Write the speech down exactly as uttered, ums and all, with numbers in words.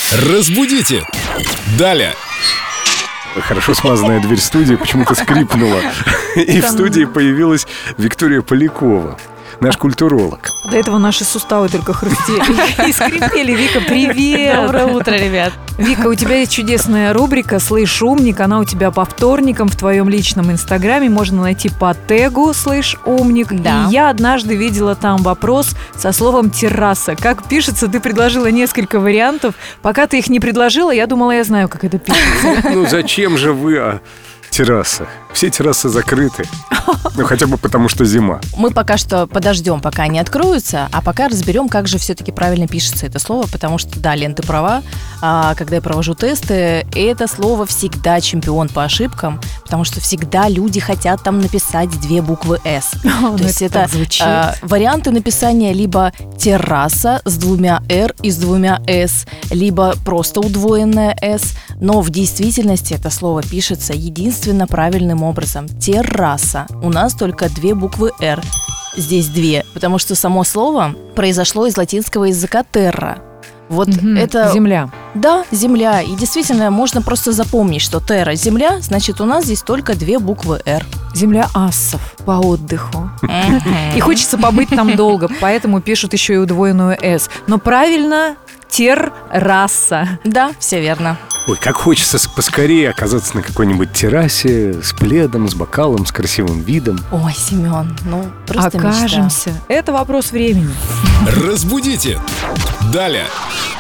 Разбудите! Далее! Хорошо смазанная дверь студии почему-то скрипнула. И в студии появилась Виктория Полякова, наш культуролог. До этого наши суставы только хрустели и скрипели. Вика, привет! Доброе утро, ребят! Вика, у тебя есть чудесная рубрика «Слышь, умник». Она у тебя по вторникам в твоем личном инстаграме. Можно найти по тегу «Слышь, умник». Да. И я однажды видела там вопрос со словом «терраса». Как пишется? Ты предложила несколько вариантов. Пока ты их не предложила, я думала, я знаю, как это пишется. Ну зачем же вы о террасах? Все террасы закрыты. Ну хотя бы потому, что зима. Мы пока что подождем, пока они откроются, а пока разберем, как же все-таки правильно пишется это слово, потому что, да, Лен, ты права, а, когда я провожу тесты, это слово всегда чемпион по ошибкам, потому что всегда люди хотят там написать две буквы «С». О, То ну есть это это так звучит. а, варианты написания либо терраса с двумя «р» и с двумя «с», либо просто удвоенное «с», но в действительности это слово пишется единственно правильным образом – терраса. У нас только две буквы «р». Здесь две, потому что само слово произошло из латинского языка «терра». Вот Мгм, это... земля. Да, земля. И действительно, можно просто запомнить, что «терра» – земля, значит, у нас здесь только две буквы «р». Земля ассов по отдыху. И хочется побыть там долго, поэтому пишут еще и удвоенную «с». Но правильно – терраса. Да, все верно. Ой, как хочется поскорее оказаться на какой-нибудь террасе с пледом, с бокалом, с красивым видом. Ой, Семен, ну просто мечта. Окажемся. Это вопрос времени. Разбудите! Далее!